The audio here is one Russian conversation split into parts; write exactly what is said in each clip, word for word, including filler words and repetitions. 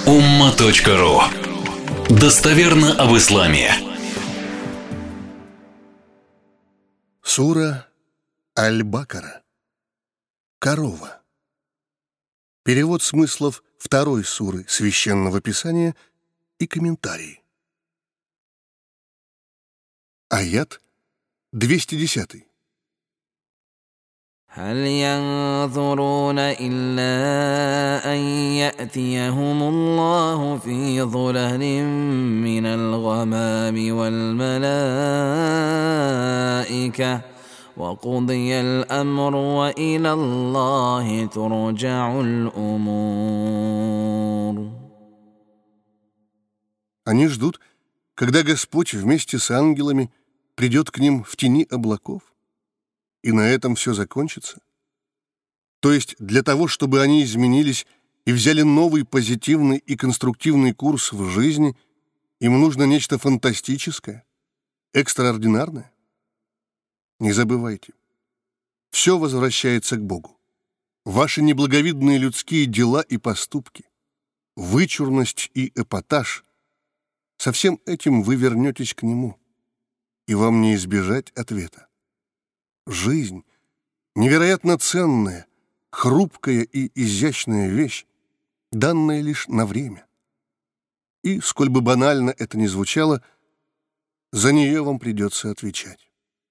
Умма.ру. Достоверно об исламе. Сура Аль-Бакара. Корова. Перевод смыслов второй суры Священного Писания и комментарии. Аят двести десятый. هل ينظرون إلا أن يأتيهم الله في ظلل من الغمام والملائكة وقضي الأمر وإلى الله ترجع الأمور. Они ждут, когда Господь вместе с ангелами придет к ним в тени облаков, и на этом все закончится? То есть для того, чтобы они изменились и взяли новый позитивный и конструктивный курс в жизни, им нужно нечто фантастическое, экстраординарное? Не забывайте, все возвращается к Богу. Ваши неблаговидные людские дела и поступки, вычурность и эпатаж — со всем этим вы вернетесь к Нему, и вам не избежать ответа. Жизнь — невероятно ценная, хрупкая и изящная вещь, данная лишь на время. И, сколь бы банально это ни звучало, за нее вам придется отвечать.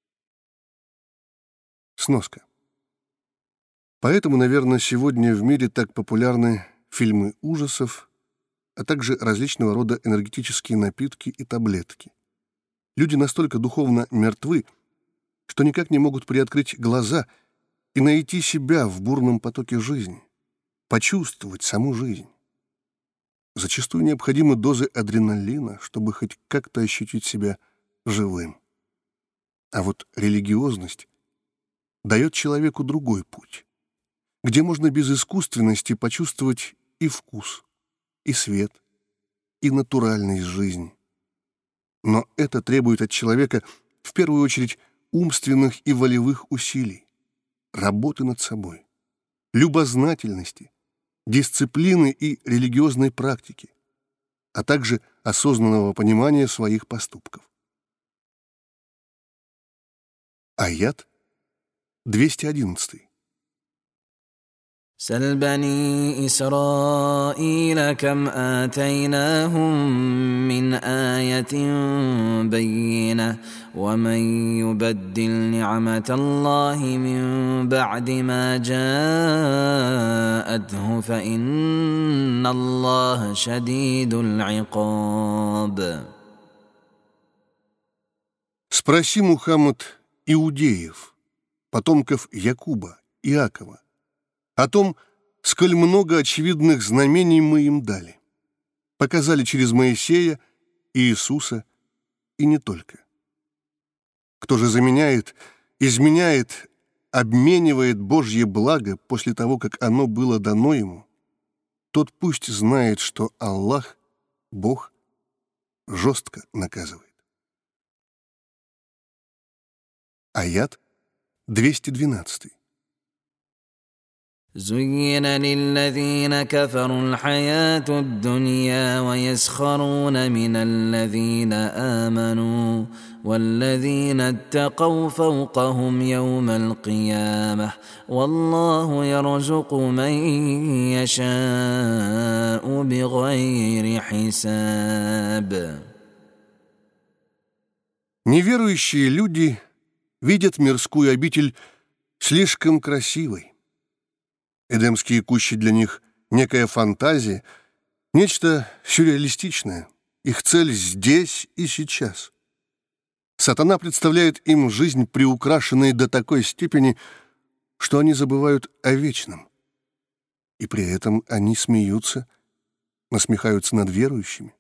Сноска. Поэтому, наверное, сегодня в мире так популярны фильмы ужасов, а также различного рода энергетические напитки и таблетки. Люди настолько духовно мертвы, что никак не могут приоткрыть глаза и найти себя в бурном потоке жизни, почувствовать саму жизнь. Зачастую необходимы дозы адреналина, чтобы хоть как-то ощутить себя живым. А вот религиозность дает человеку другой путь, где можно без искусственности почувствовать и вкус, и свет, и натуральность жизни. Но это требует от человека в первую очередь умственных и волевых усилий, работы над собой, любознательности, дисциплины и религиозной практики, а также осознанного понимания своих поступков. Аят двести одиннадцатый. سل بني إسرائيل كم آتيناهم من آية بينة ومن يبدل نعمة الله من بعد ما جاءته فإن الله شديد العقاب. Спроси, Мухаммад, иудеев, потомков Якуба, Иакова, о том, сколь много очевидных знамений мы им дали. Показали через Моисея, Иисуса и не только. Кто же заменяет, изменяет, обменивает Божье благо после того, как оно было дано ему, тот пусть знает, что Аллах, Бог, жестко наказывает. Аят двести двенадцатый. زين للذين كفروا الحياة الدنيا ويسخرون من الذين آمنوا والذين اتقوا فوقهم يوم القيامة والله يرزق من يشاء بغير حساب. Неверующие люди видят мирскую обитель слишком красивой. Эдемские кущи для них — некая фантазия, нечто сюрреалистичное, их цель здесь и сейчас. Сатана представляет им жизнь, приукрашенной до такой степени, что они забывают о вечном. И при этом они смеются, насмехаются над верующими.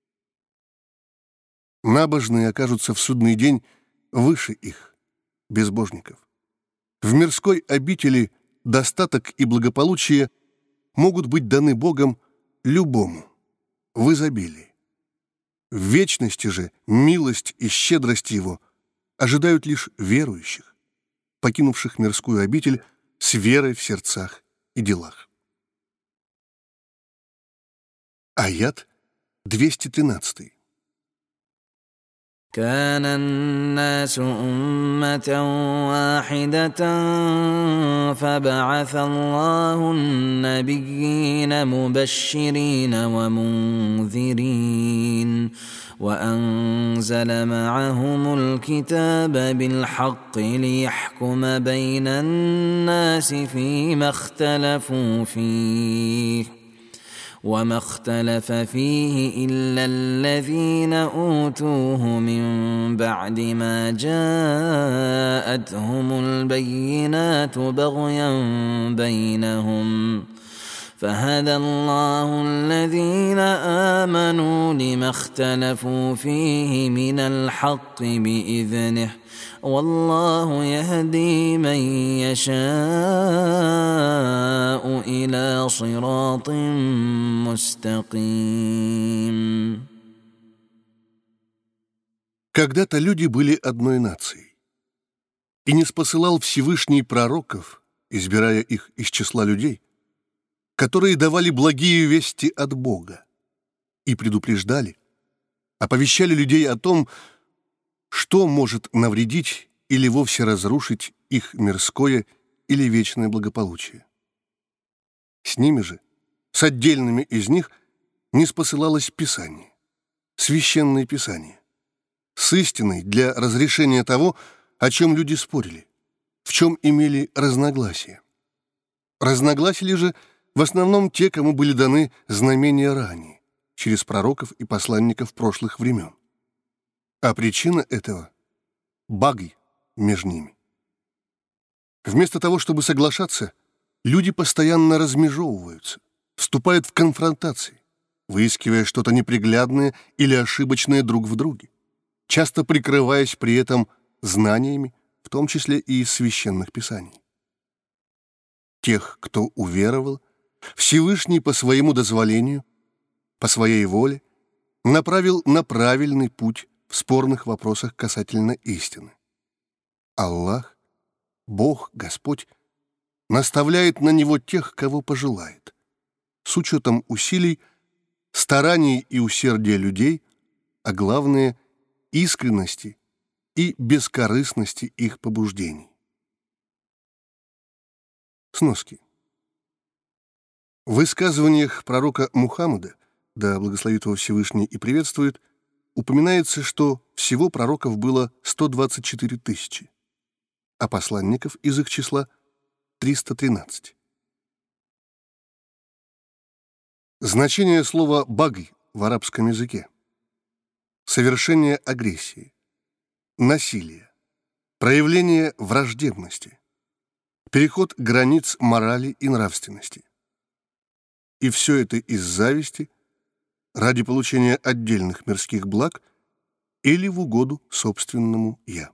Набожные окажутся в судный день выше их, безбожников. В мирской обители достаток и благополучие могут быть даны Богом любому, в изобилии. В вечности же милость и щедрость Его ожидают лишь верующих, покинувших мирскую обитель с верой в сердцах и делах. Аят двести тринадцатый. كان الناس أمة واحدة فبعث الله النبيين مبشرين ومنذرين وأنزل معهم الكتاب بالحق ليحكم بين الناس فيما اختلفوا فيه وما اختلف فيه إلا الذين أوتوه من بعد ما جاءتهم البينات بغيا بينهم فهدى الله الذين آمنوا لما اختلفوا فيه من الحق بإذنه والله يهدي من يشاء إلى صراط مستقيم. Когда-то люди были одной нацией, и не спосылал Всевышний пророков, избирая их из числа людей, которые давали благие вести от Бога и предупреждали, оповещали людей о том, что может навредить или вовсе разрушить их мирское или вечное благополучие. С ними же, с отдельными из них, не спосылалось Писание, священное Писание, с истиной для разрешения того, о чем люди спорили, в чем имели разногласия. Разногласили же в основном те, кому были даны знамения ранее, через пророков и посланников прошлых времен. А причина этого — баги между ними. Вместо того, чтобы соглашаться, люди постоянно размежевываются, вступают в конфронтации, выискивая что-то неприглядное или ошибочное друг в друге, часто прикрываясь при этом знаниями, в том числе и из священных писаний. Тех, кто уверовал, Всевышний по своему дозволению, по своей воле, направил на правильный путь в спорных вопросах касательно истины. Аллах, Бог, Господь, наставляет на него тех, кого пожелает, с учетом усилий, стараний и усердия людей, а главное — искренности и бескорыстности их побуждений. Сноски. В высказываниях пророка Мухаммада, да благословит его Всевышний и приветствует, упоминается, что всего пророков было сто двадцать четыре тысячи, а посланников из их числа триста тринадцать. Значение слова «баги» в арабском языке — совершение агрессии, насилия, проявление враждебности, переход границ морали и нравственности. И все это из зависти, ради получения отдельных мирских благ или в угоду собственному «я».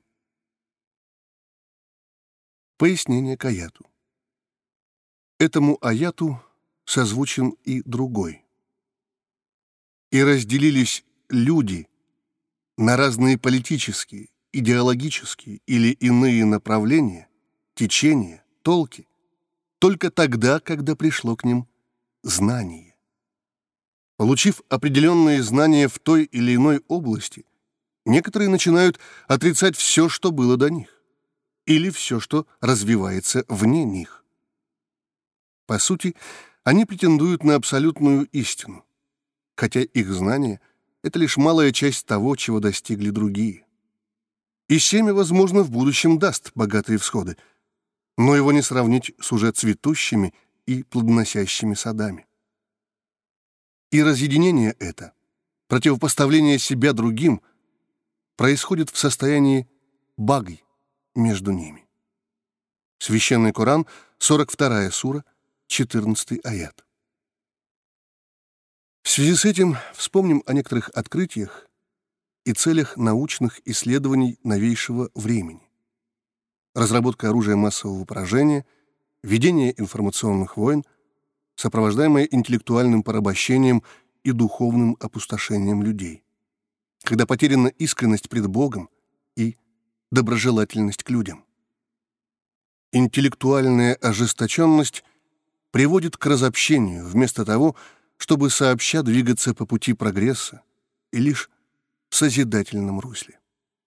Пояснение к аяту. Этому аяту созвучен и другой. «И разделились люди на разные политические, идеологические или иные направления, течения, толки, только тогда, когда пришло к ним знание. Получив определенные знания в той или иной области, некоторые начинают отрицать все, что было до них, или все, что развивается вне них. По сути, они претендуют на абсолютную истину, хотя их знание — это лишь малая часть того, чего достигли другие. И семя, возможно, в будущем даст богатые всходы, но его не сравнить с уже цветущими и плодоносящими садами. И разъединение это, противопоставление себя другим, происходит в состоянии баги между ними. Священный Коран, сорок вторая сура, четырнадцатый аят. В связи с этим вспомним о некоторых открытиях и целях научных исследований новейшего времени. Разработка оружия массового поражения, ведение информационных войн, сопровождаемое интеллектуальным порабощением и духовным опустошением людей, когда потеряна искренность пред Богом и доброжелательность к людям. Интеллектуальная ожесточенность приводит к разобщению, вместо того, чтобы сообща двигаться по пути прогресса и лишь в созидательном русле.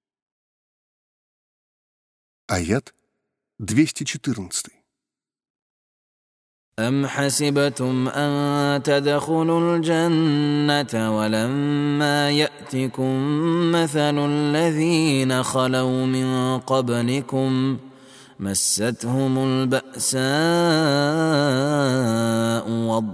Аят двести четырнадцатый. أم حسبتم أن تدخلوا الجنة ولما يأتكم مثل الذين خلوا من قبلكم مستهم البأساء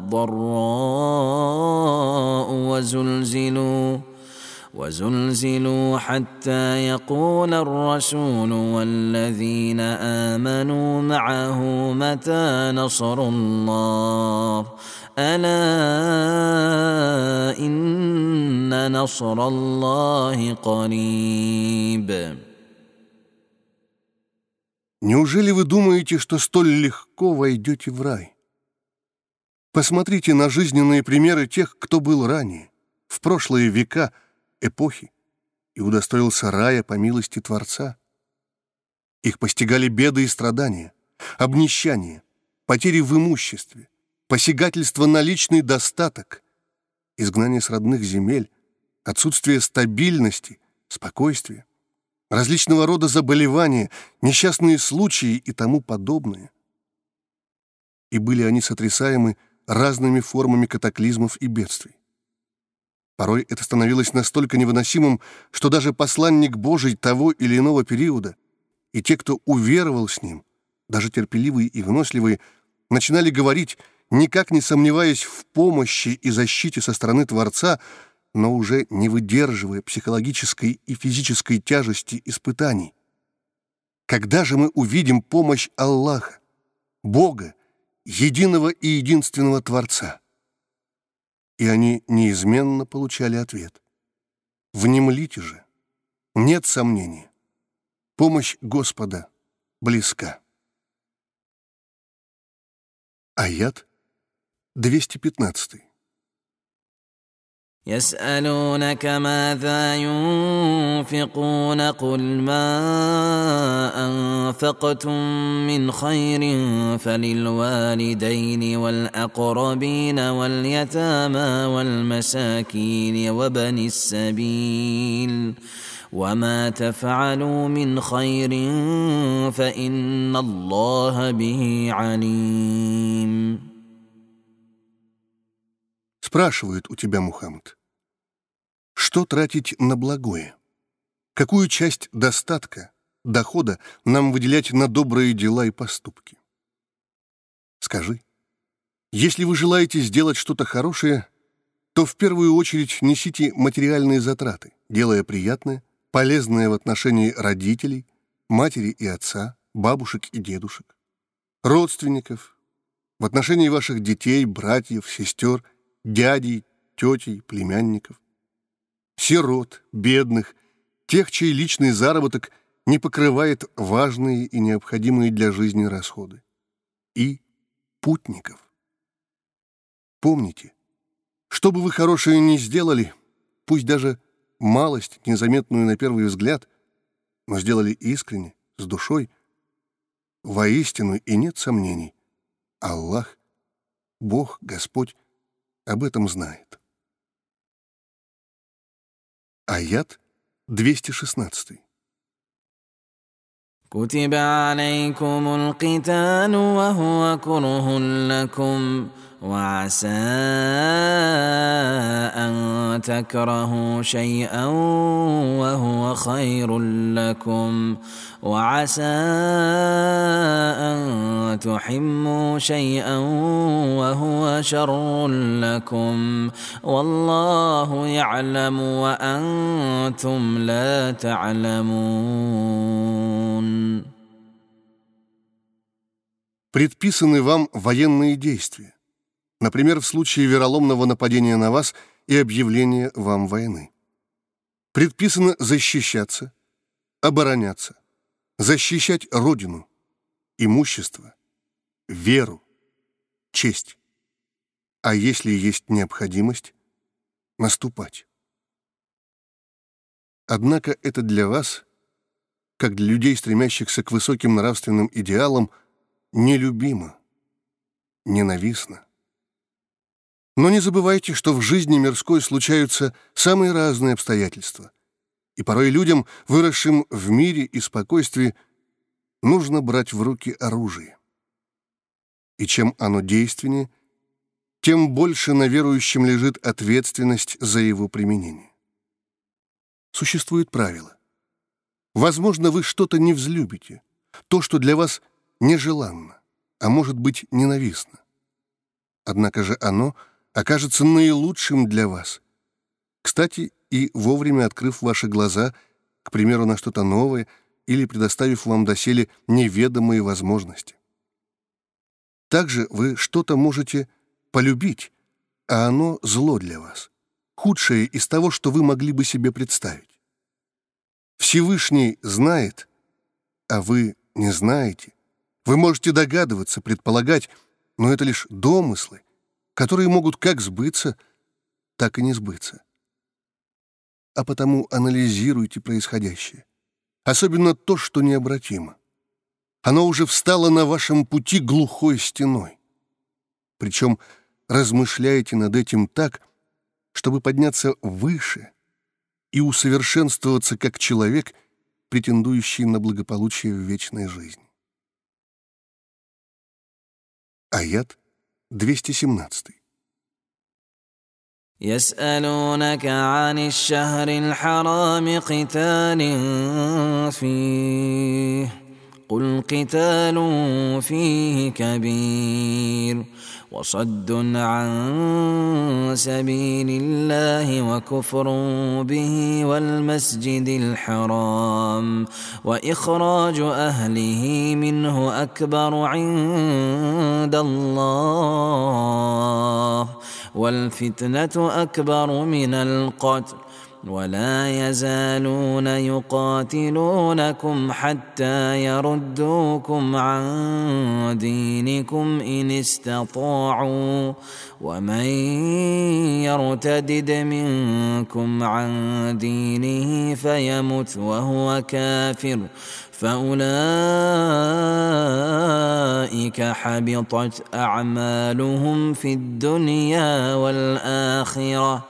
والضراء وزلزلوا وزلزلوا حتى يقول الرسول والذين آمنوا معه متى نصر الله ألا إن نصر الله قريب. Неужели вы думаете, что столь легко войдете в рай? Посмотрите на жизненные примеры тех, кто был ранее, в прошлые века, эпохи, и удостоился рая по милости Творца. Их постигали беды и страдания, обнищание, потери в имуществе, посягательство на личный достаток, изгнание с родных земель, отсутствие стабильности, спокойствия, различного рода заболевания, несчастные случаи и тому подобное. И были они сотрясаемы разными формами катаклизмов и бедствий. Порой это становилось настолько невыносимым, что даже посланник Божий того или иного периода и те, кто уверовал с ним, даже терпеливые и выносливые, начинали говорить, никак не сомневаясь в помощи и защите со стороны Творца, но уже не выдерживая психологической и физической тяжести испытаний. Когда же мы увидим помощь Аллаха, Бога, единого и единственного Творца? И они неизменно получали ответ: внемлите же, нет сомнения, помощь Господа близка. Аят двести пятнадцатый. يسألونك ماذا ينفقون قل ما أنفقتم من خير فللوالدين والأقربين واليتامى والمساكين وابن السبيل وما تفعلوا من خير فإن الله به عليم. Спрашивают у тебя, Мухаммад, что тратить на благое? Какую часть достатка, дохода нам выделять на добрые дела и поступки? Скажи, если вы желаете сделать что-то хорошее, то в первую очередь несите материальные затраты, делая приятное, полезное в отношении родителей, матери и отца, бабушек и дедушек, родственников, в отношении ваших детей, братьев, сестер, дядей, тетей, племянников, сирот, бедных, тех, чей личный заработок не покрывает важные и необходимые для жизни расходы, и путников. Помните, что бы вы хорошее ни сделали, пусть даже малость, незаметную на первый взгляд, но сделали искренне, с душой, воистину и нет сомнений, Аллах, Бог, Господь, об этом знает. Аят двести шестнадцатый. كتب عليكم القتال وهو كره لكم وعسى أن تكرهوا شيئا وهو خير لكم وعسى أن تحبوا شيئا وهو شر لكم والله يعلم وأنتم لا تعلمون. Предписаны вам военные действия, например, в случае вероломного нападения на вас и объявления вам войны. Предписано защищаться, обороняться, защищать родину, имущество, веру, честь. А если есть необходимость, наступать. Однако это для вас, как для людей, стремящихся к высоким нравственным идеалам, нелюбимо, ненавистно. Но не забывайте, что в жизни мирской случаются самые разные обстоятельства, и порой людям, выросшим в мире и спокойствии, нужно брать в руки оружие. И чем оно действеннее, тем больше на верующем лежит ответственность за его применение. Существует правило. Возможно, вы что-то не взлюбите, то, что для вас нежеланно, а может быть ненавистно. Однако же оно окажется наилучшим для вас. Кстати, и вовремя открыв ваши глаза, к примеру, на что-то новое или предоставив вам доселе неведомые возможности. Также вы что-то можете полюбить, а оно зло для вас, худшее из того, что вы могли бы себе представить. Всевышний знает, а вы не знаете. Вы можете догадываться, предполагать, но это лишь домыслы, которые могут как сбыться, так и не сбыться. А потому анализируйте происходящее, особенно то, что необратимо. Оно уже встало на вашем пути глухой стеной. Причем размышляйте над этим так, чтобы подняться выше и усовершенствоваться как человек, претендующий на благополучие в вечной жизни. Аят двести семнадцатый. يسألونك عن الشهر الحرام قتال فيه قل قتال فيه كبير وصد عن سبيل الله وكفر به والمسجد الحرام وإخراج أهله منه أكبر عند الله والفتنة أكبر من القتل ولا يزالون يقاتلونكم حتى يردوكم عن دينكم إن استطاعوا ومن يرتدد منكم عن دينه فيمت وهو كافر فأولئك حبطت أعمالهم في الدنيا والآخرة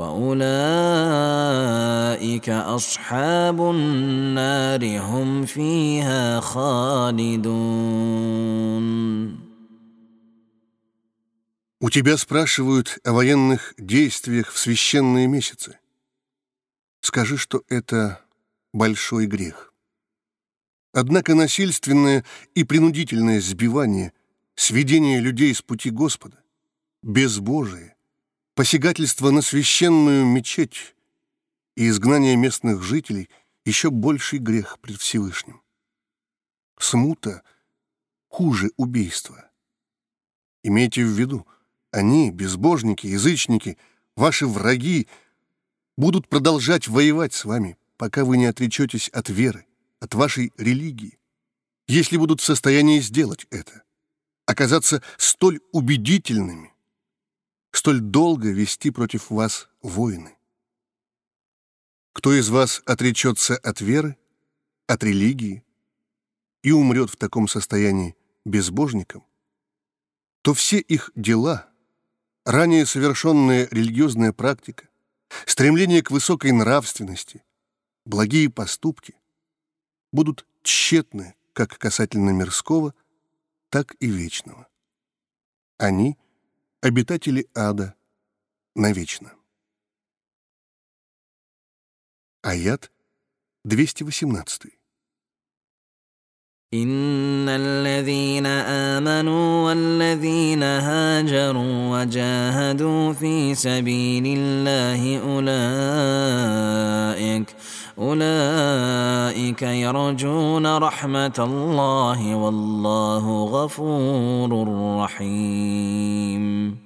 وأولئك أصحاب النار هم فيها خالدون. У тебя спрашивают о военных действиях в священные месяцы. Скажи, что это большой грех. Однако насильственное и принудительное сбивание, сведение людей с пути Господа, безбожие, посягательство на священную мечеть и изгнание местных жителей — еще больший грех пред Всевышним. Смута хуже убийства. Имейте в виду, они, безбожники, язычники, ваши враги, будут продолжать воевать с вами, пока вы не отречетесь от веры, от вашей религии, если будут в состоянии сделать это, оказаться столь убедительными, столь долго вести против вас войны. Кто из вас отречется от веры, от религии и умрет в таком состоянии безбожником, то все их дела, ранее совершенная религиозная практика, стремление к высокой нравственности, благие поступки будут тщетны как касательно мирского, так и вечного. Они — обитатели ада навечно. Аят двести восемнадцатый. إن الذين آمنوا والذين هاجروا وجاهدوا في سبيل الله أولئك أولئك يرجون رحمة الله والله غفور رحيم.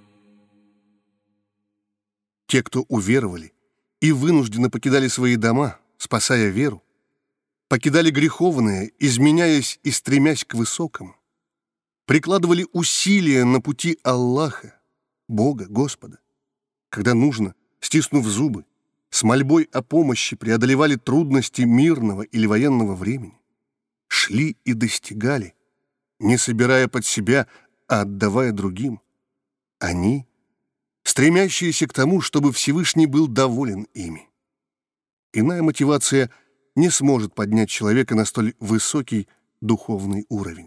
Те, кто уверовали и вынужденно покидали свои дома, спасая веру, покидали греховное, изменяясь и стремясь к высокому, прикладывали усилия на пути Аллаха, Бога, Господа, когда нужно, стиснув зубы, с мольбой о помощи преодолевали трудности мирного или военного времени, шли и достигали, не собирая под себя, а отдавая другим. Они стремящиеся к тому, чтобы Всевышний был доволен ими. Иная мотивация не сможет поднять человека на столь высокий духовный уровень.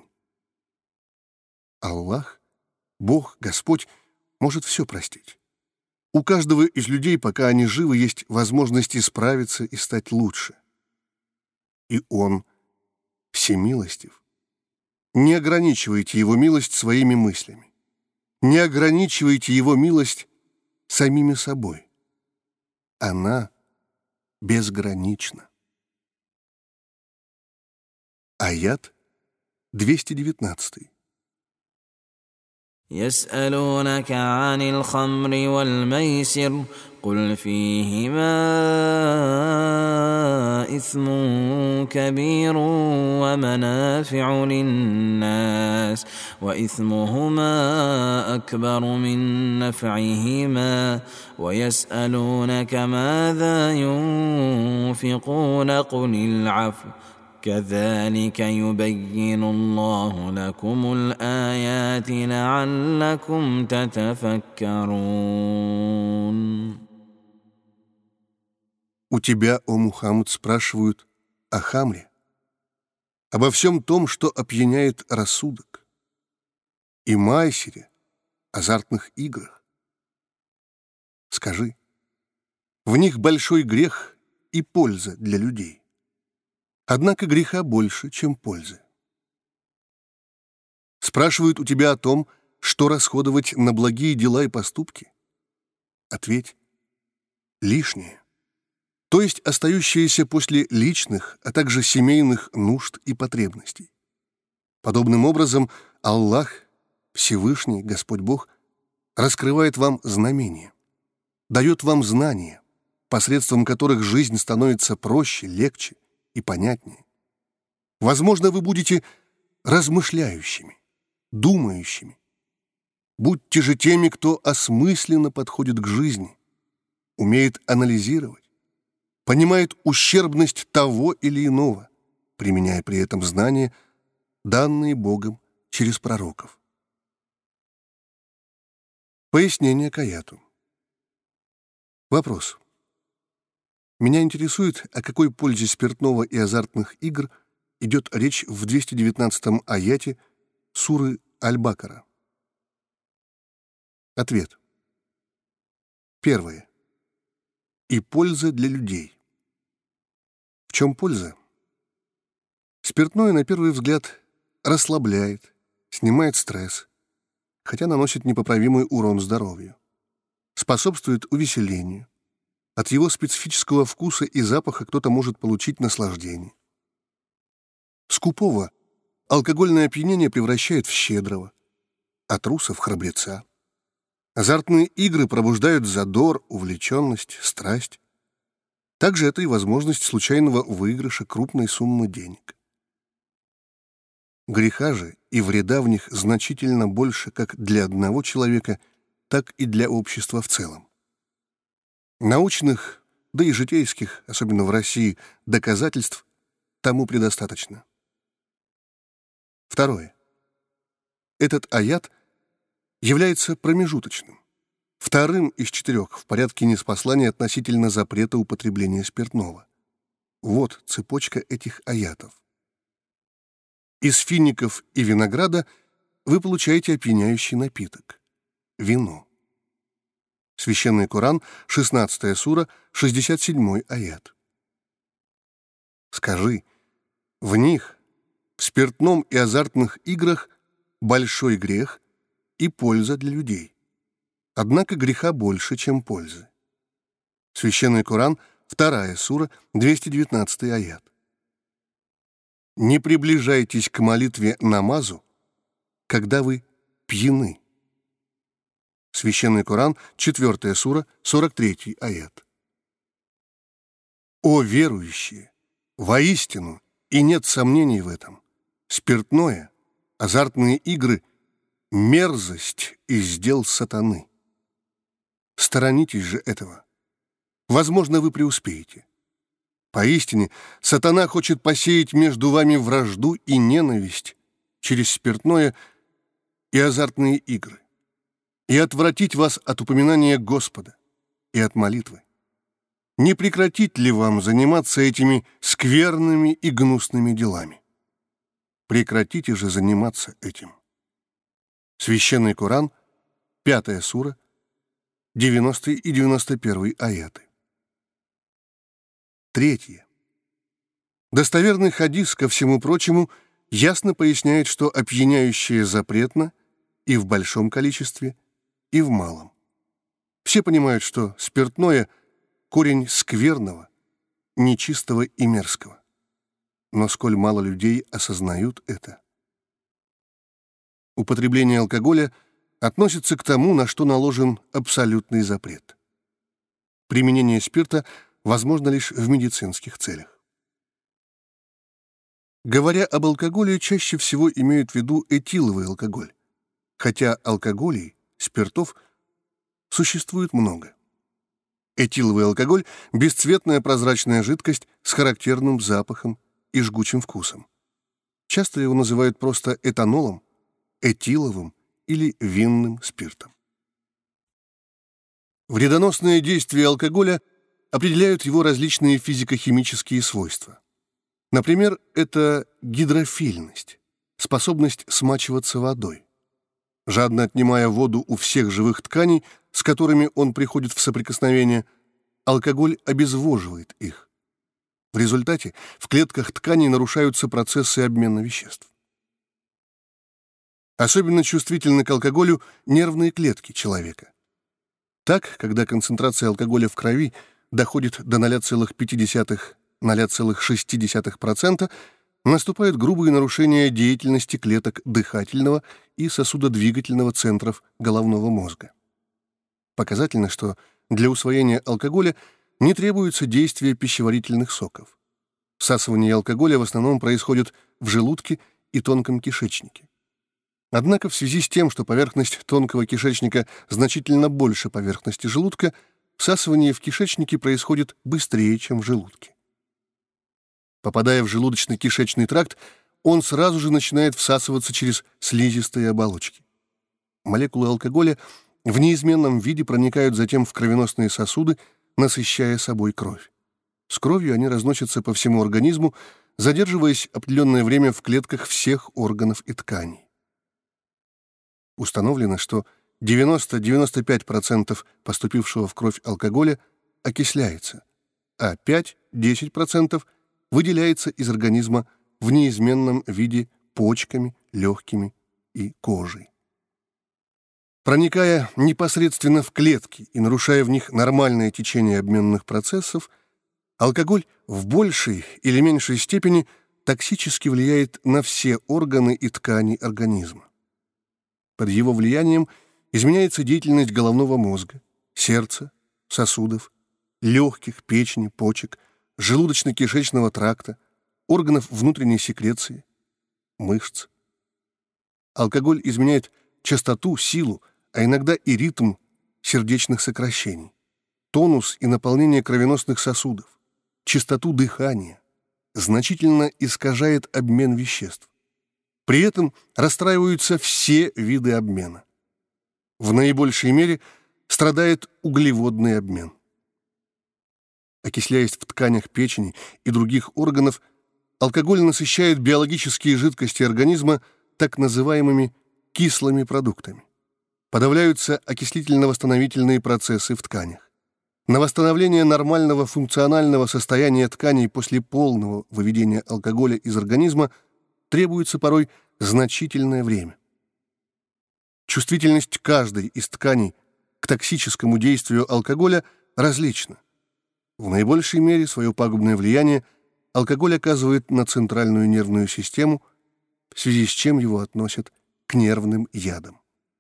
Аллах, Бог, Господь, может все простить. У каждого из людей, пока они живы, есть возможность исправиться и стать лучше. И Он всемилостив. Не ограничивайте Его милость своими мыслями. Не ограничивайте Его милость самими собой. Она безгранична. Аят двести девятнадцатый. يسألونك عن الخمر والميسر قل فيهما إثم كبير ومنافع للناس وإثمهما أكبر من نفعهما ويسألونك ماذا ينفقون قل العفو كذلك يبين الله لكم الآيات لعلكم تتفكرون. У тебя, о Мухаммад, спрашивают о хамре, обо всем том, что опьяняет рассудок, и майсире, азартных играх. Скажи, в них большой грех и польза для людей. Однако греха больше, чем пользы. Спрашивают у тебя о том, что расходовать на благие дела и поступки. Ответь: лишнее, то есть остающееся после личных, а также семейных нужд и потребностей. Подобным образом Аллах, Всевышний, Господь Бог, раскрывает вам знамения, дает вам знания, посредством которых жизнь становится проще, легче и понятнее. Возможно, вы будете размышляющими, думающими. Будьте же теми, кто осмысленно подходит к жизни, умеет анализировать, понимает ущербность того или иного, применяя при этом знания, данные Богом через пророков. Пояснение к аяту. Вопрос. Меня интересует, о какой пользе спиртного и азартных игр идет речь в двести девятнадцатом аяте суры Аль-Бакара. Ответ. Первое. И польза для людей. В чем польза? Спиртное, на первый взгляд, расслабляет, снимает стресс, хотя наносит непоправимый урон здоровью, способствует увеселению. От его специфического вкуса и запаха кто-то может получить наслаждение. Скупого алкогольное опьянение превращает в щедрого, а труса в храбреца. Азартные игры пробуждают задор, увлеченность, страсть. Также это и возможность случайного выигрыша крупной суммы денег. Греха же и вреда в них значительно больше как для одного человека, так и для общества в целом. Научных, да и житейских, особенно в России, доказательств тому предостаточно. Второе. Этот аят является промежуточным, вторым из четырех в порядке ниспослания относительно запрета употребления спиртного. Вот цепочка этих аятов. Из фиников и винограда вы получаете опьяняющий напиток — вино. Священный Коран, шестнадцатая сура, шестьдесят седьмой аят. Скажи, в них, в спиртном и азартных играх, большой грех и польза для людей. Однако греха больше, чем пользы. Священный Коран, вторая сура, двести девятнадцатый аят. Не приближайтесь к молитве намазу, когда вы пьяны. Священный Коран, четвертая сура, сорок третий аят. О верующие! Воистину, и нет сомнений в этом, спиртное, азартные игры — мерзость из дел сатаны. Сторонитесь же этого. Возможно, вы преуспеете. Поистине, сатана хочет посеять между вами вражду и ненависть через спиртное и азартные игры. и отвратить вас от упоминания Господа и от молитвы? Не прекратить ли вам заниматься этими скверными и гнусными делами? Прекратите же заниматься этим. Священный Коран, пятая сура, девяностый и девяносто первый аяты. Третье. Достоверный хадис, ко всему прочему, ясно поясняет, что опьяняющее запретно и в большом количестве, и в малом. Все понимают, что спиртное — корень скверного, нечистого и мерзкого. Но сколь мало людей осознают это. Употребление алкоголя относится к тому, на что наложен абсолютный запрет. Применение спирта возможно лишь в медицинских целях. Говоря об алкоголе, чаще всего имеют в виду этиловый алкоголь, хотя алкоголей, спиртов, существует много. Этиловый алкоголь — бесцветная прозрачная жидкость с характерным запахом и жгучим вкусом. Часто его называют просто этанолом, этиловым или винным спиртом. Вредоносные действия алкоголя определяют его различные физико-химические свойства. Например, это гидрофильность, способность смачиваться водой. Жадно отнимая воду у всех живых тканей, с которыми он приходит в соприкосновение, алкоголь обезвоживает их. В результате в клетках тканей нарушаются процессы обмена веществ. Особенно чувствительны к алкоголю нервные клетки человека. Так, когда концентрация алкоголя в крови доходит до ноль целых пять десятых — ноль целых шесть десятых процента, наступают грубые нарушения деятельности клеток дыхательного и сосудодвигательного центров головного мозга. Показательно, что для усвоения алкоголя не требуется действия пищеварительных соков. Всасывание алкоголя в основном происходит в желудке и тонком кишечнике. Однако в связи с тем, что поверхность тонкого кишечника значительно больше поверхности желудка, всасывание в кишечнике происходит быстрее, чем в желудке. Попадая в желудочно-кишечный тракт, он сразу же начинает всасываться через слизистые оболочки. Молекулы алкоголя в неизменном виде проникают затем в кровеносные сосуды, насыщая собой кровь. С кровью они разносятся по всему организму, задерживаясь определенное время в клетках всех органов и тканей. Установлено, что девяносто-девяносто пять процентов поступившего в кровь алкоголя окисляется, а пять-десять процентов выделяется из организма в неизменном виде почками, легкими и кожей. Проникая непосредственно в клетки и нарушая в них нормальное течение обменных процессов, алкоголь в большей или меньшей степени токсически влияет на все органы и ткани организма. Под его влиянием изменяется деятельность головного мозга, сердца, сосудов, легких, печени, почек, желудочно-кишечного тракта, органов внутренней секреции, мышц. Алкоголь изменяет частоту, силу, а иногда и ритм сердечных сокращений, тонус и наполнение кровеносных сосудов, частоту дыхания, значительно искажает обмен веществ. При этом расстраиваются все виды обмена. В наибольшей мере страдает углеводный обмен. Окисляясь в тканях печени и других органов, алкоголь насыщает биологические жидкости организма так называемыми кислыми продуктами. Подавляются окислительно-восстановительные процессы в тканях. На восстановление нормального функционального состояния тканей после полного выведения алкоголя из организма требуется порой значительное время. Чувствительность каждой из тканей к токсическому действию алкоголя различна. В наибольшей мере свое пагубное влияние алкоголь оказывает на центральную нервную систему, в связи с чем его относят к нервным ядам.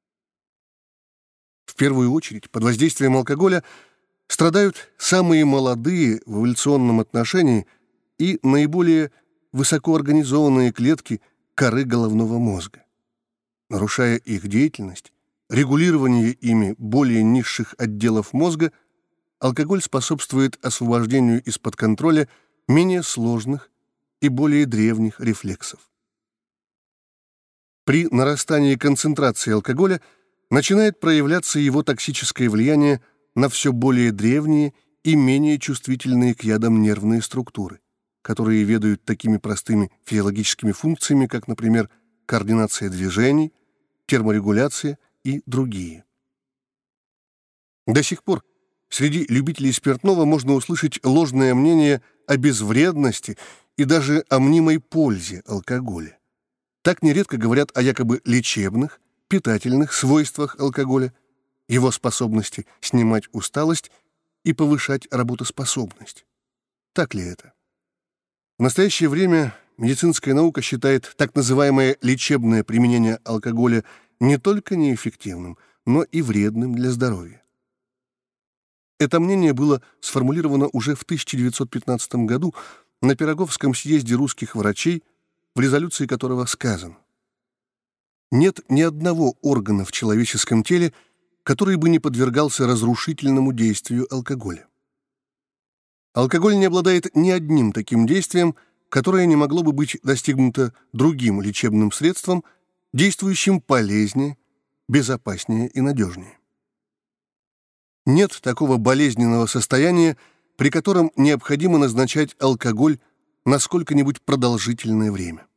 В первую очередь под воздействием алкоголя страдают самые молодые в эволюционном отношении и наиболее высокоорганизованные клетки коры головного мозга. Нарушая их деятельность, регулирование ими более низших отделов мозга, алкоголь способствует освобождению из-под контроля менее сложных и более древних рефлексов. При нарастании концентрации алкоголя начинает проявляться его токсическое влияние на все более древние и менее чувствительные к ядам нервные структуры, которые ведают такими простыми физиологическими функциями, как, например, координация движений, терморегуляция и другие. До сих пор среди любителей спиртного можно услышать ложное мнение о безвредности и даже о мнимой пользе алкоголя. Так нередко говорят о якобы лечебных, питательных свойствах алкоголя, его способности снимать усталость и повышать работоспособность. Так ли это? В настоящее время медицинская наука считает так называемое лечебное применение алкоголя не только неэффективным, но и вредным для здоровья. Это мнение было сформулировано уже в тысяча девятьсот пятнадцатом году на Пироговском съезде русских врачей, в резолюции которого сказано: «Нет ни одного органа в человеческом теле, который бы не подвергался разрушительному действию алкоголя. Алкоголь не обладает ни одним таким действием, которое не могло бы быть достигнуто другим лечебным средством, действующим полезнее, безопаснее и надежнее. Нет такого болезненного состояния, при котором необходимо назначать алкоголь на сколько-нибудь продолжительное время».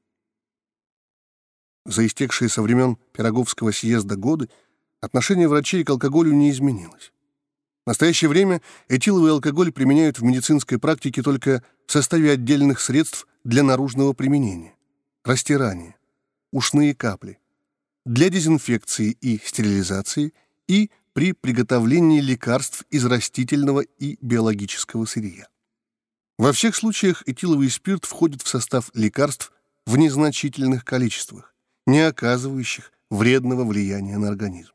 За истекшие со времен Пироговского съезда годы отношение врачей к алкоголю не изменилось. В настоящее время этиловый алкоголь применяют в медицинской практике только в составе отдельных средств для наружного применения, растирания, ушные капли, для дезинфекции и стерилизации и при приготовлении лекарств из растительного и биологического сырья. Во всех случаях этиловый спирт входит в состав лекарств в незначительных количествах, не оказывающих вредного влияния на организм.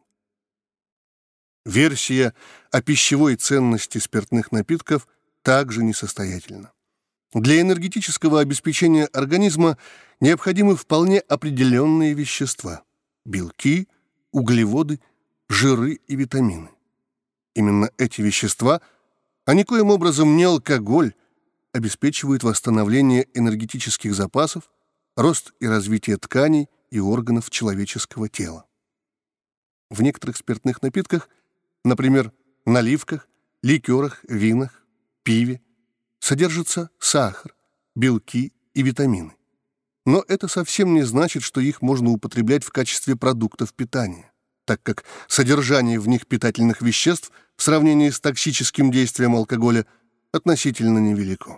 Версия о пищевой ценности спиртных напитков также несостоятельна. Для энергетического обеспечения организма необходимы вполне определенные вещества – белки, углеводы, жиры и витамины. Именно эти вещества, а никоим образом не алкоголь, обеспечивают восстановление энергетических запасов, рост и развитие тканей и органов человеческого тела. В некоторых спиртных напитках, например, наливках, ликерах, винах, пиве, содержится сахар, белки и витамины. Но это совсем не значит, что их можно употреблять в качестве продуктов питания, так как содержание в них питательных веществ в сравнении с токсическим действием алкоголя относительно невелико.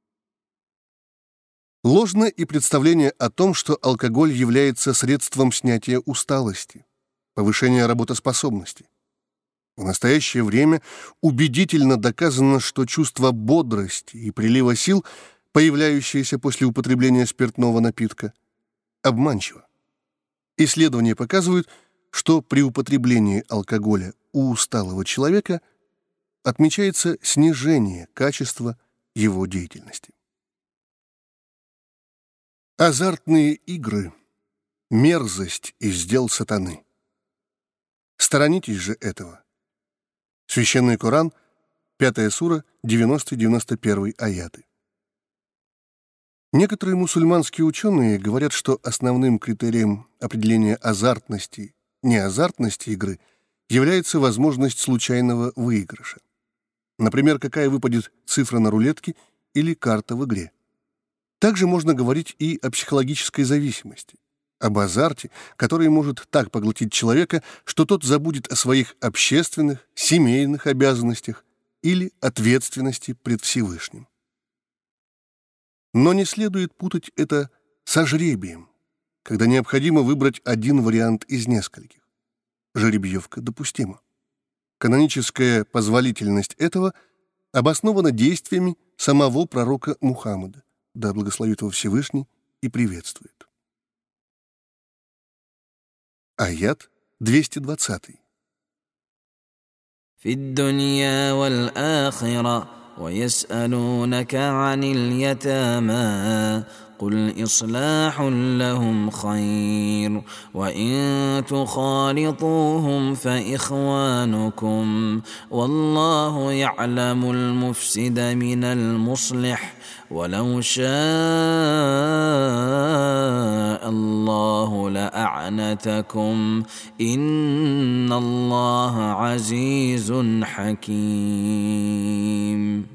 Ложно и представление о том, что алкоголь является средством снятия усталости, повышения работоспособности. В настоящее время убедительно доказано, что чувство бодрости и прилива сил, появляющееся после употребления спиртного напитка, обманчиво. Исследования показывают, что при употреблении алкоголя у усталого человека отмечается снижение качества его деятельности. Азартные игры – мерзость и сдел сатаны. Сторонитесь же этого. Священный Коран, пятая сура, девяносто-девяносто первый аяты. Некоторые мусульманские ученые говорят, что основным критерием определения азартности, неазартности игры является возможность случайного выигрыша. Например, какая выпадет цифра на рулетке или карта в игре. Также можно говорить и о психологической зависимости, об азарте, который может так поглотить человека, что тот забудет о своих общественных, семейных обязанностях или ответственности пред Всевышним. Но не следует путать это со жребием, когда необходимо выбрать один вариант из нескольких. Жеребьевка допустима. Каноническая позволительность этого обоснована действиями самого пророка Мухаммада, да благословит его Всевышний и приветствует. Аят двести двадцатый. في الدنيا والآخرة ويسألونك عن اليتامى قل إصلاح لهم خير وإن تخالطوهم فإخوانكم والله يعلم المفسد من المصلح ولو شاء الله لأعنتكم إن الله عزيز حكيم.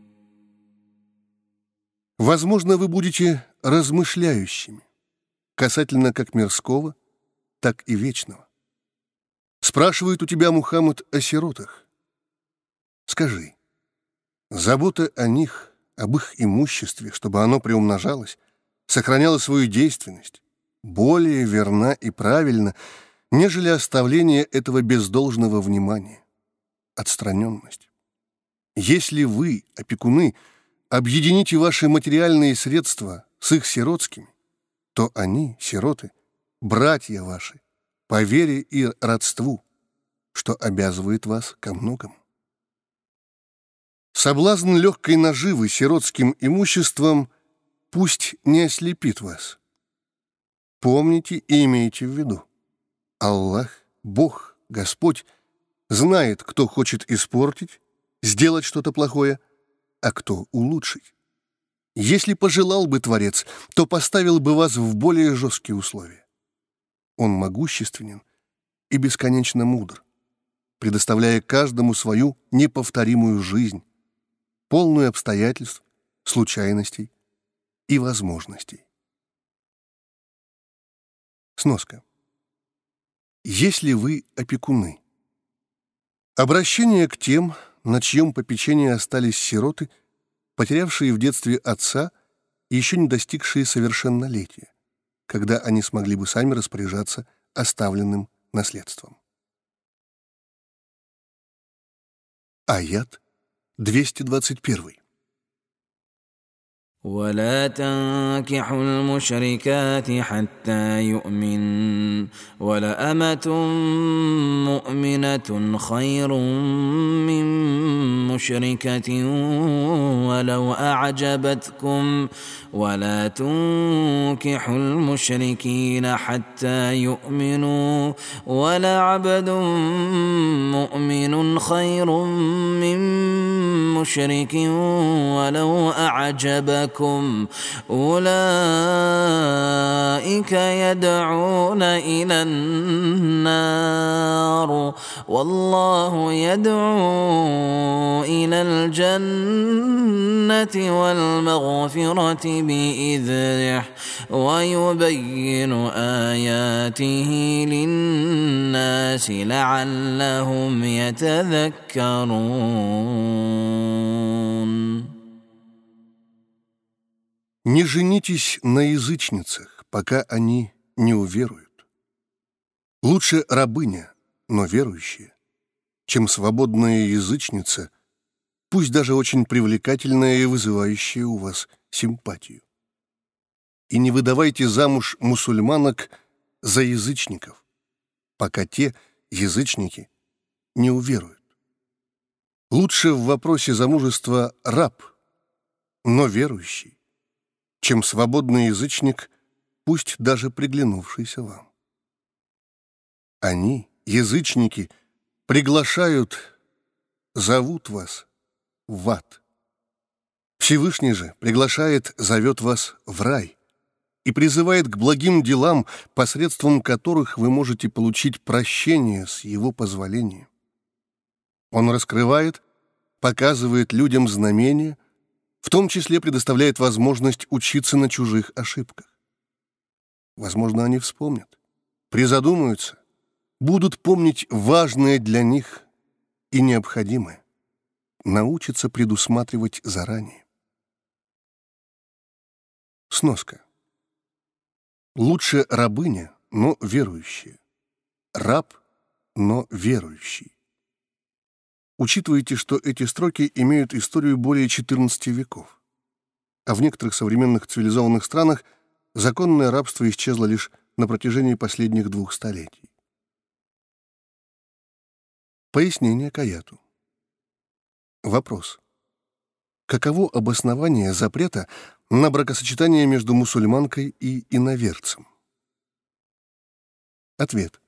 Возможно, вы будете размышляющими касательно как мирского, так и вечного. Спрашивает у тебя Мухаммад о сиротах. Скажи, забота о них, об их имуществе, чтобы оно приумножалось, сохраняло свою действенность, более верна и правильна, нежели оставление этого без должного внимания, отстраненность. Если вы, опекуны, объедините ваши материальные средства с их сиротскими, то они, сироты, братья ваши, по вере и родству, что обязывает вас ко многому. Соблазн легкой наживы сиротским имуществом пусть не ослепит вас. Помните и имейте в виду, Аллах, Бог, Господь, знает, кто хочет испортить, сделать что-то плохое, а кто улучшить. Если пожелал бы Творец, то поставил бы вас в более жесткие условия. Он могущественен и бесконечно мудр, предоставляя каждому свою неповторимую жизнь, полную обстоятельств, случайностей и возможностей. Сноска. Если вы опекуны, обращение к тем, на чьем попечении остались сироты, потерявшие в детстве отца и еще не достигшие совершеннолетия, когда они смогли бы сами распоряжаться оставленным наследством. Аят двести двадцать один. ولا تنكحوا المشركات حتى يؤمن ولأمة مؤمنة خير من مشركة ولو أعجبتكم ولا تنكحوا المشركين حتى يؤمنوا ولعبد مؤمن خير من مشرك ولو أعجبكم أولئك يدعون إلى النار والله يدعو إلى الجنة والمغفرة بإذنه ويبين آياته للناس لعلهم يتذكرون. Не женитесь на язычницах, пока они не уверуют. Лучше рабыня, но верующая, чем свободная язычница, пусть даже очень привлекательная и вызывающая у вас симпатию. И не выдавайте замуж мусульманок за язычников, пока те, язычники, не уверуют. Лучше в вопросе замужества раб, но верующий, чем свободный язычник, пусть даже приглянувшийся вам. Они, язычники, приглашают, зовут вас в ад. Всевышний же приглашает, зовет вас в рай и призывает к благим делам, посредством которых вы можете получить прощение с его позволения. Он раскрывает, показывает людям знамения, в том числе предоставляет возможность учиться на чужих ошибках. Возможно, они вспомнят, призадумаются, будут помнить важное для них и необходимое, научатся предусматривать заранее. Сноска. Лучше рабыня, но верующая. Раб, но верующий. Учитывайте, что эти строки имеют историю более четырнадцати веков, а в некоторых современных цивилизованных странах законное рабство исчезло лишь на протяжении последних двух столетий. Пояснение к аяту. Вопрос. Каково обоснование запрета на бракосочетание между мусульманкой и иноверцем? Ответ.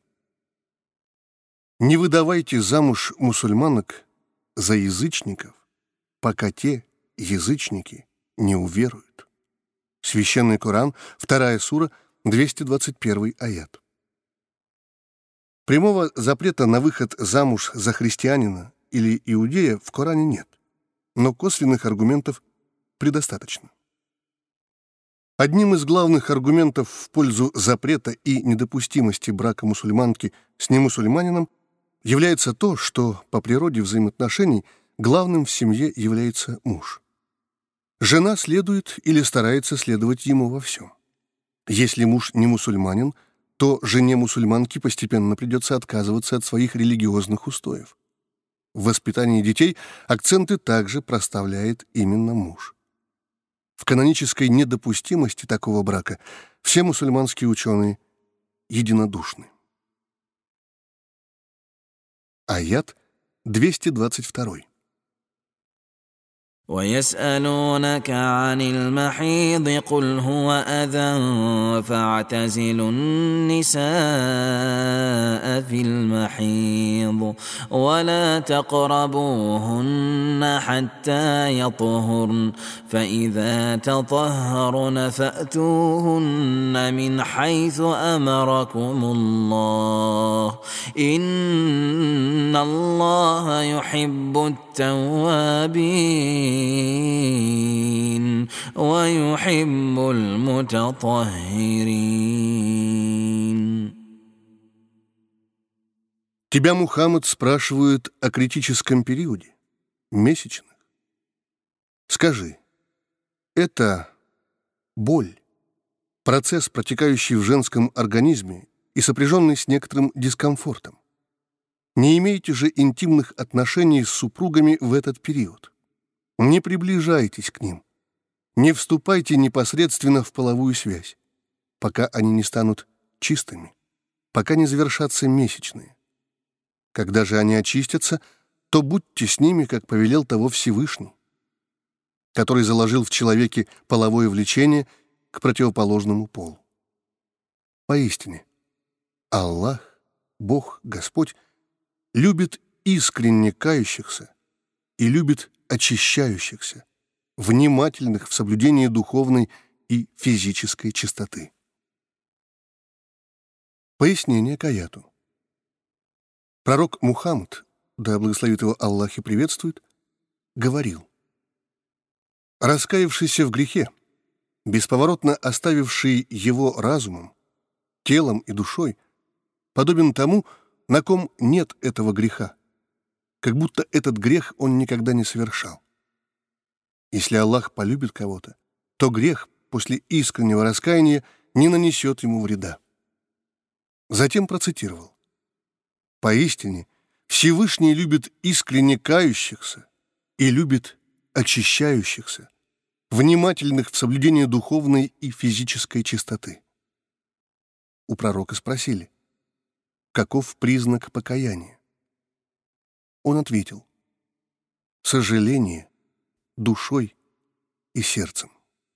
Не выдавайте замуж мусульманок за язычников, пока те, язычники, не уверуют. Священный Коран, вторая сура, двести двадцать первый аят. Прямого запрета на выход замуж за христианина или иудея в Коране нет, но косвенных аргументов предостаточно. Одним из главных аргументов в пользу запрета и недопустимости брака мусульманки с немусульманином является то, что по природе взаимоотношений главным в семье является муж. Жена следует или старается следовать ему во всем. Если муж не мусульманин, то жене мусульманки постепенно придется отказываться от своих религиозных устоев. В воспитании детей акценты также проставляет именно муж. В канонической недопустимости такого брака все мусульманские ученые единодушны. Аят двести двадцать два. ويسألونك عن المحيض قل هو أذى فاعتزلوا النساء في المحيض ولا تقربوهن حتى يطهرن فإذا تطهرن فأتوهن من حيث أمركم الله إن الله يحب التوابين ويحب المتطهرين. Тебя, Мухаммад, спрашивают о критическом периоде, месячных. Скажи, это боль, процесс, протекающий в женском организме и сопряженный с некоторым дискомфортом. Не имейте же интимных отношений с супругами в этот период. Не приближайтесь к ним. Не вступайте непосредственно в половую связь, пока они не станут чистыми, пока не завершатся месячные. Когда же они очистятся, то будьте с ними, как повелел того Всевышний, который заложил в человеке половое влечение к противоположному полу. Поистине, Аллах, Бог, Господь, любит искренне кающихся и любит очищающихся, внимательных в соблюдении духовной и физической чистоты. Пояснение к аяту. Пророк Мухаммад, да благословит его Аллах и приветствует, говорил: раскаявшийся в грехе, бесповоротно оставивший его разумом, телом и душой, подобен тому, на ком нет этого греха, как будто этот грех он никогда не совершал. Если Аллах полюбит кого-то, то грех после искреннего раскаяния не нанесет ему вреда. Затем процитировал: «Поистине, Всевышний любит искренне кающихся и любит очищающихся, внимательных в соблюдении духовной и физической чистоты». У пророка спросили: каков признак покаяния? Он ответил: сожаление душой и сердцем.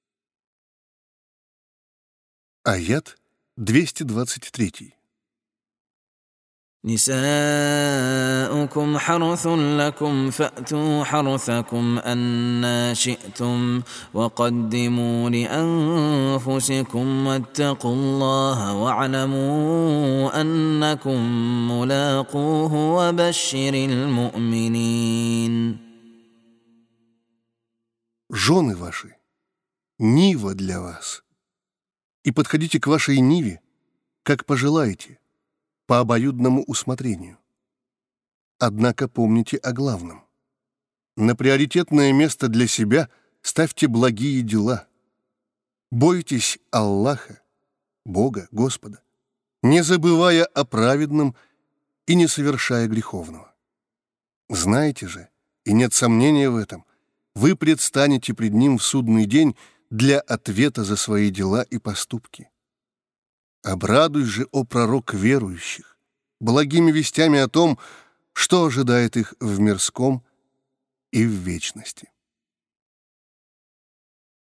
Аят двести двадцать три. نساؤكم حرث لكم فأتوا حرثكم أنا شئتم وقدموا لأنفسكم واتقوا الله واعلموا أنكم ملاقوه وبشر المؤمنين. Жены ваши, нива для вас, и подходите к вашей ниве, как пожелаете, по обоюдному усмотрению. Однако помните о главном. На приоритетное место для себя ставьте благие дела. Бойтесь Аллаха, Бога, Господа, не забывая о праведном и не совершая греховного. Знаете же, и нет сомнения в этом, вы предстанете пред Ним в судный день для ответа за свои дела и поступки. Обрадуй же, о пророк верующих, благими вестями о том, что ожидает их в мирском и в вечности.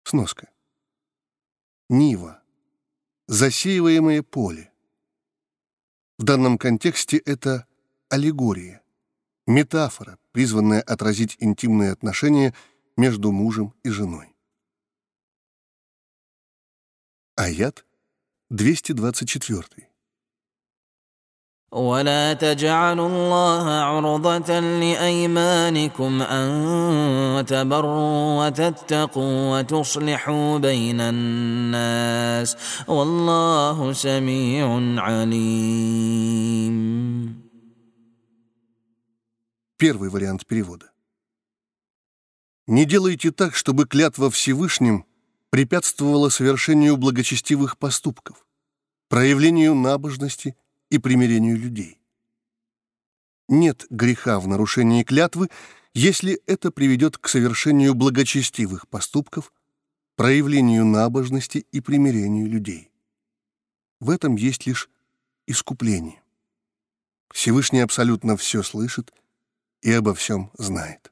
Сноска. Нива. Засеиваемое поле. В данном контексте это аллегория, метафора, призванная отразить интимные отношения между мужем и женой. Аят двести двадцать четыре. ولا تجعلوا الله عرضة لأيمانكم أن تبروا وتتقوا وتصلحوا بين الناس والله سميع عليم. Первый вариант перевода. Не делайте так, чтобы клятва Всевышним препятствовала совершению благочестивых поступков, проявлению набожности и примирению людей. Нет греха в нарушении клятвы, если это приведет к совершению благочестивых поступков, проявлению набожности и примирению людей. В этом есть лишь искупление. Всевышний абсолютно все слышит и обо всем знает.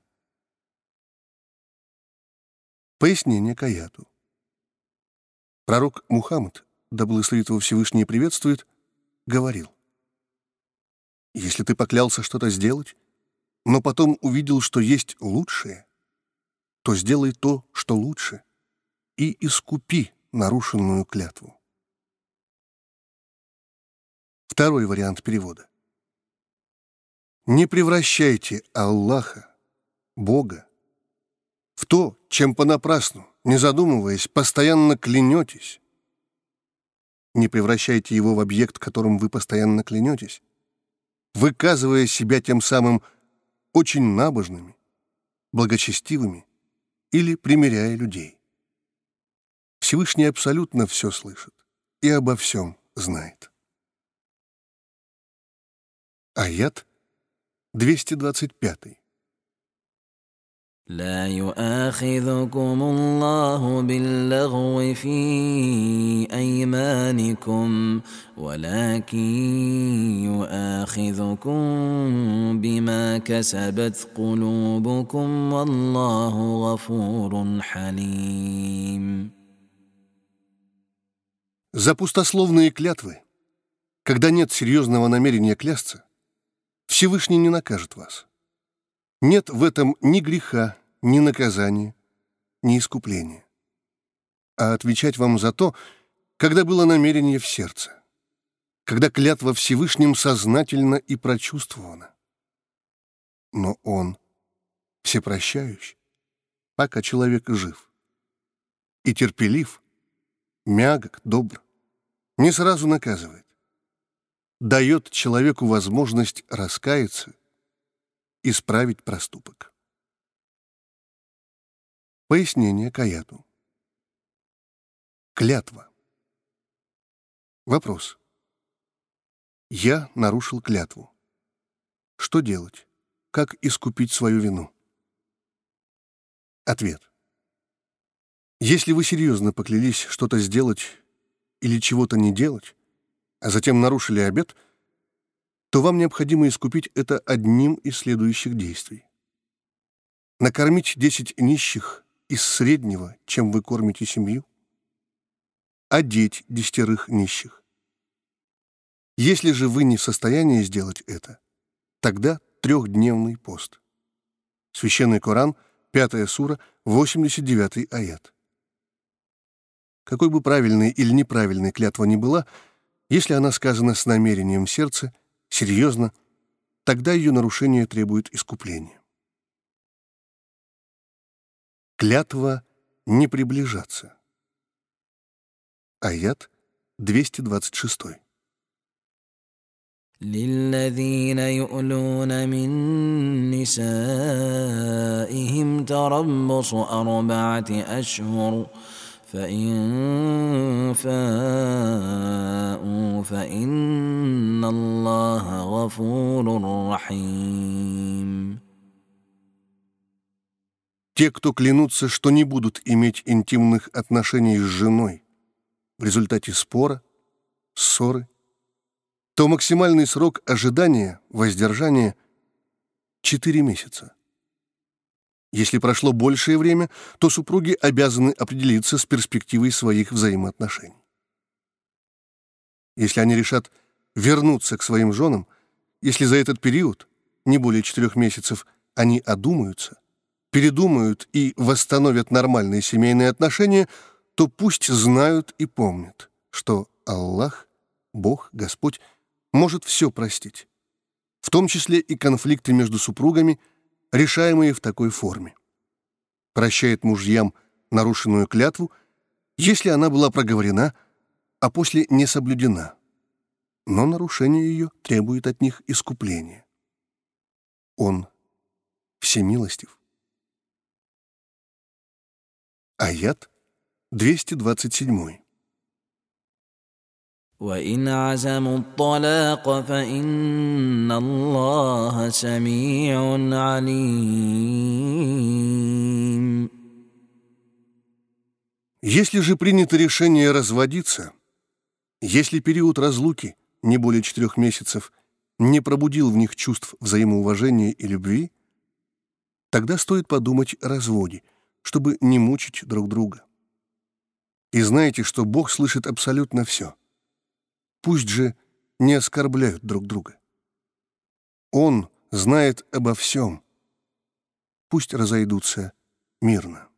Пояснение к аяту. Пророк Мухаммад, да благословит его Всевышний и приветствует, говорил: «Если ты поклялся что-то сделать, но потом увидел, что есть лучшее, то сделай то, что лучше, и искупи нарушенную клятву». Второй вариант перевода. Не превращайте Аллаха, Бога, в то, чем понапрасну, не задумываясь, постоянно клянетесь. Не превращайте его в объект, которым вы постоянно клянетесь, выказывая себя тем самым очень набожными, благочестивыми или примиряя людей. Всевышний абсолютно все слышит и обо всем знает. Аят двести двадцать пять. لا يؤاخذكم الله باللغو في أيمانكم ولكن يؤاخذكم بما كسبت قلوبكم والله غفور حليم. За пустословные клятвы, когда нет серьезного намерения клясться, Всевышний не накажет вас. Нет в этом ни греха, ни наказания, ни искупления. А отвечать вам за то, когда было намерение в сердце, когда клятва Всевышним сознательно и прочувствована. Но Он всепрощающий, пока человек жив, и терпелив, мягок, добр, не сразу наказывает, дает человеку возможность раскаяться, исправить проступок. Пояснение к аяту. Клятва. Вопрос. Я нарушил клятву. Что делать? Как искупить свою вину? Ответ. Если вы серьезно поклялись что-то сделать или чего-то не делать, а затем нарушили обет, то вам необходимо искупить это одним из следующих действий. Накормить десять нищих из среднего, чем вы кормите семью. Одеть десятерых нищих. Если же вы не в состоянии сделать это, тогда трехдневный пост. Священный Коран, пятая сура, восемьдесят девятый аят. Какой бы правильной или неправильной клятва ни была, если она сказана с намерением в сердце, серьезно, тогда ее нарушение требует искупления. Клятва не приближаться. Аят двести двадцать шесть. للذين يؤلون من نسائهم تربص أربعة أشهر فإن فاءوا فإن الله غفور رحيم. Те, кто клянутся, что не будут иметь интимных отношений с женой в результате спора, ссоры, то максимальный срок ожидания, воздержания — четыре месяца. Если прошло большее время, то супруги обязаны определиться с перспективой своих взаимоотношений. Если они решат вернуться к своим женам, если за этот период, не более четырех месяцев, они одумаются, передумают и восстановят нормальные семейные отношения, то пусть знают и помнят, что Аллах, Бог, Господь, может все простить, в том числе и конфликты между супругами, решаемые в такой форме. Прощает мужьям нарушенную клятву, если она была проговорена, а после не соблюдена, но нарушение ее требует от них искупления. Он всемилостив. Аят двести двадцать семь. وإن عزموا الطلاق فإن الله سميع عليم. Если же принято решение разводиться, если период разлуки не более четырех месяцев не пробудил в них чувств взаимоуважения и любви, тогда стоит подумать о разводе, чтобы не мучить друг друга. И знайте, что Бог слышит абсолютно все. Пусть же не оскорбляют друг друга. Он знает обо всем. Пусть разойдутся мирно.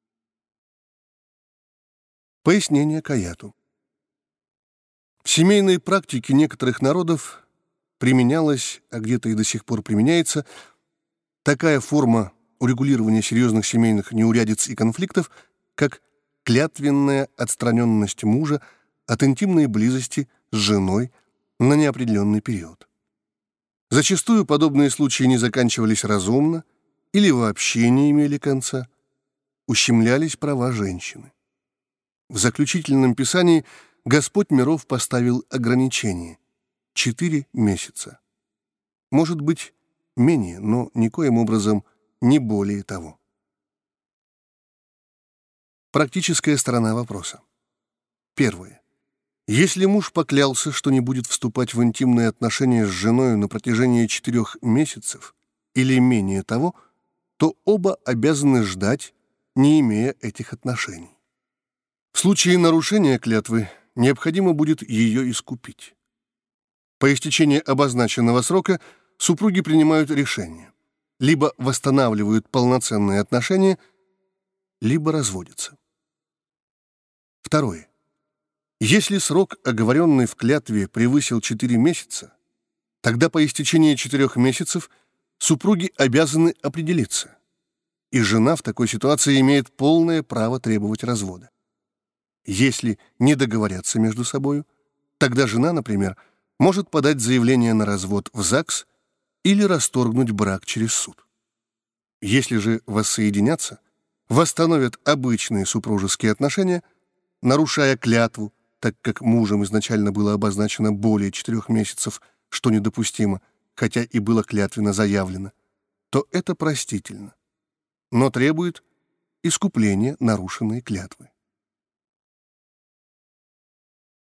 Пояснение к аяту. В семейной практике некоторых народов применялась, а где-то и до сих пор применяется, такая форма урегулирования серьезных семейных неурядиц и конфликтов, как клятвенная отстраненность мужа от интимной близости с женой на неопределенный период. Зачастую подобные случаи не заканчивались разумно или вообще не имели конца, ущемлялись права женщины. В заключительном писании Господь миров поставил ограничение — четыре месяца. Может быть, менее, но никоим образом не более того. Практическая сторона вопроса. Первое. Если муж поклялся, что не будет вступать в интимные отношения с женой на протяжении четырех месяцев или менее того, то оба обязаны ждать, не имея этих отношений. В случае нарушения клятвы необходимо будет ее искупить. По истечении обозначенного срока супруги принимают решение: либо восстанавливают полноценные отношения, либо разводятся. Второе. Если срок, оговоренный в клятве, превысил четыре месяца, тогда по истечении четырех месяцев супруги обязаны определиться, и жена в такой ситуации имеет полное право требовать развода. Если не договорятся между собою, тогда жена, например, может подать заявление на развод в ЗАГС или расторгнуть брак через суд. Если же воссоединятся, восстановят обычные супружеские отношения, нарушая клятву, так как мужем изначально было обозначено более четырех месяцев, что недопустимо, хотя и было клятвенно заявлено, то это простительно, но требует искупления нарушенной клятвы.